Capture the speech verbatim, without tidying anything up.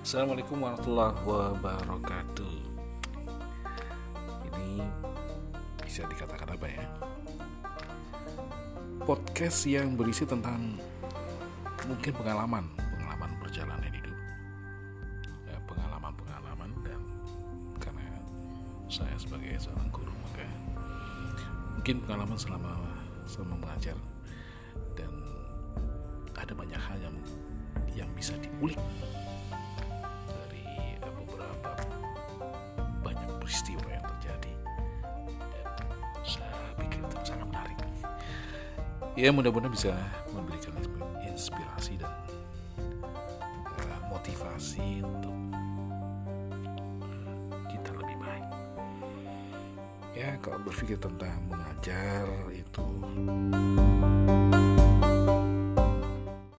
Assalamualaikum warahmatullahi wabarakatuh. Ini bisa dikatakan apa ya? Podcast yang berisi tentang mungkin pengalaman, pengalaman perjalanan hidup, ya, pengalaman-pengalaman dan karena saya sebagai seorang guru maka mungkin pengalaman selama selama mengajar dan ada banyak hal yang yang bisa diulik dari beberapa banyak peristiwa yang terjadi dan saya pikir itu sangat menarik. Ya mudah-mudahan bisa memberikan inspirasi dan uh, motivasi untuk kita lebih baik. Ya kalau berpikir tentang mengajar itu